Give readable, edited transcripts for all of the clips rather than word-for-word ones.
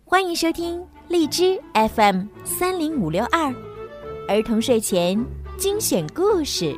欢迎收听荔枝 FM30562儿童睡前精选故事。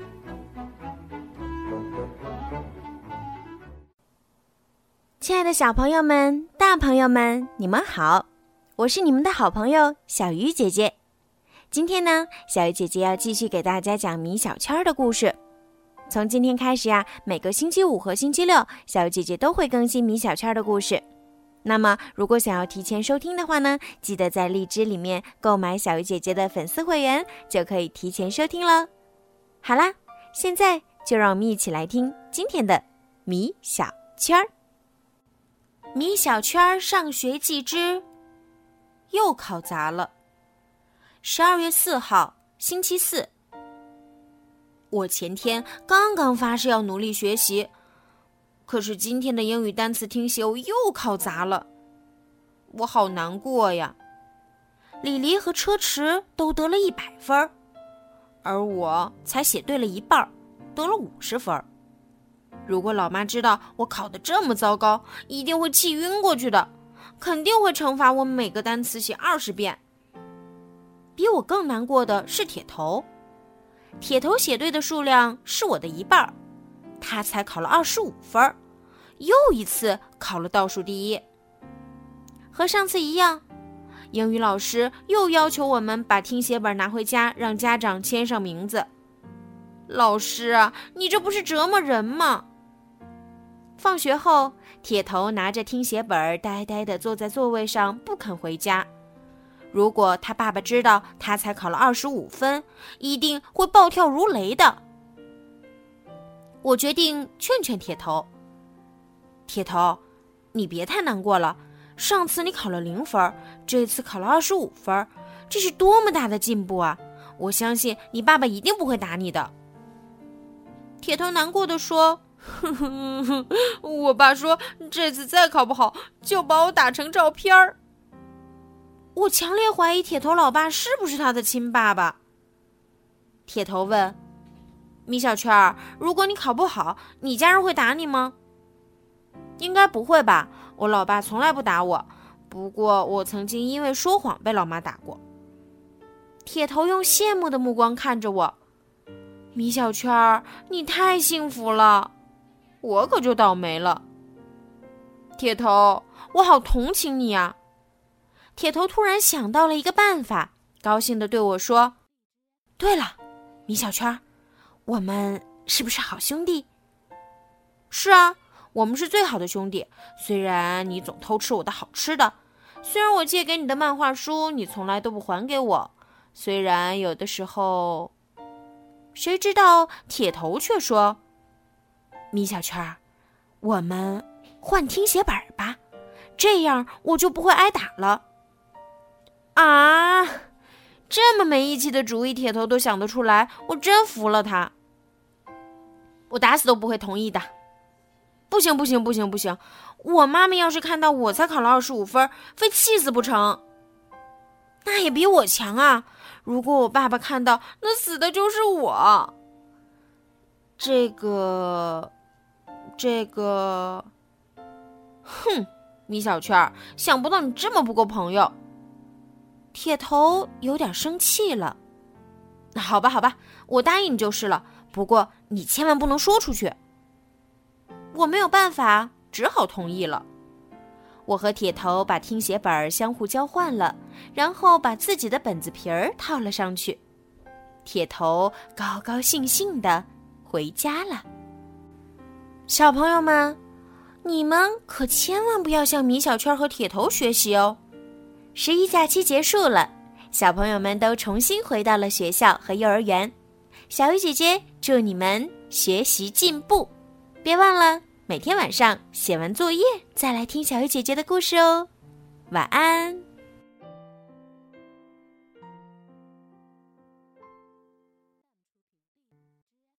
亲爱的小朋友们、大朋友们，你们好，我是你们的好朋友小鱼姐姐。今天呢，小鱼姐姐要继续给大家讲米小圈的故事。从今天开始呀，每个星期五和星期六，小鱼姐姐都会更新米小圈的故事。那么如果想要提前收听的话呢，记得在荔枝里面购买小鱼姐姐的粉丝会员，就可以提前收听了。好啦，现在就让我们一起来听今天的米小圈儿。米小圈上学记之又考砸了。12月4号，星期四。我前天刚刚发誓要努力学习，可是今天的英语单词听写我又考砸了，我好难过呀。李黎和车迟都得了100分，而我才写对了一半，得了50分。如果老妈知道我考得这么糟糕，一定会气晕过去的，肯定会惩罚我每个单词写20遍。比我更难过的是铁头，铁头写对的数量是我的一半，他才考了25分，又一次考了倒数第一。和上次一样，英语老师又要求我们把听写本拿回家，让家长签上名字。老师啊，你这不是折磨人吗？放学后，铁头拿着听写本呆呆地坐在座位上不肯回家。如果他爸爸知道他才考了25分，一定会暴跳如雷的。我决定劝劝铁头。铁头，你别太难过了，上次你考了0分，这次考了25分，这是多么大的进步啊！我相信你爸爸一定不会打你的。铁头难过地说，我爸说这次再考不好就把我打成照片儿。我强烈怀疑铁头老爸是不是他的亲爸爸。铁头问，米小圈，如果你考不好，你家人会打你吗？应该不会吧，我老爸从来不打我，不过我曾经因为说谎被老妈打过。铁头用羡慕的目光看着我，米小圈，你太幸福了，我可就倒霉了。铁头，我好同情你啊。铁头突然想到了一个办法，高兴地对我说，对了，米小圈，我们是不是好兄弟？是啊，我们是最好的兄弟，虽然你总偷吃我的好吃的，虽然我借给你的漫画书你从来都不还给我，虽然有的时候……谁知道铁头却说，米小圈，我们换听写本吧，这样我就不会挨打了。啊，这么没义气的主意铁头都想得出来，我真服了他。我打死都不会同意的。不行，我妈妈要是看到我才考了25分，非气死不成。那也比我强啊，如果我爸爸看到，那死的就是我。这个，哼，米小圈，想不到你这么不够朋友。铁头有点生气了。好吧，我答应你就是了，不过你千万不能说出去。我没有办法，只好同意了。我和铁头把听写本相互交换了，然后把自己的本子皮儿套了上去。铁头高高兴兴地回家了。小朋友们，你们可千万不要向米小圈和铁头学习哦。11假期结束了，小朋友们都重新回到了学校和幼儿园。小鱼姐姐祝你们学习进步，别忘了每天晚上写完作业再来听小鱼姐姐的故事哦。晚安。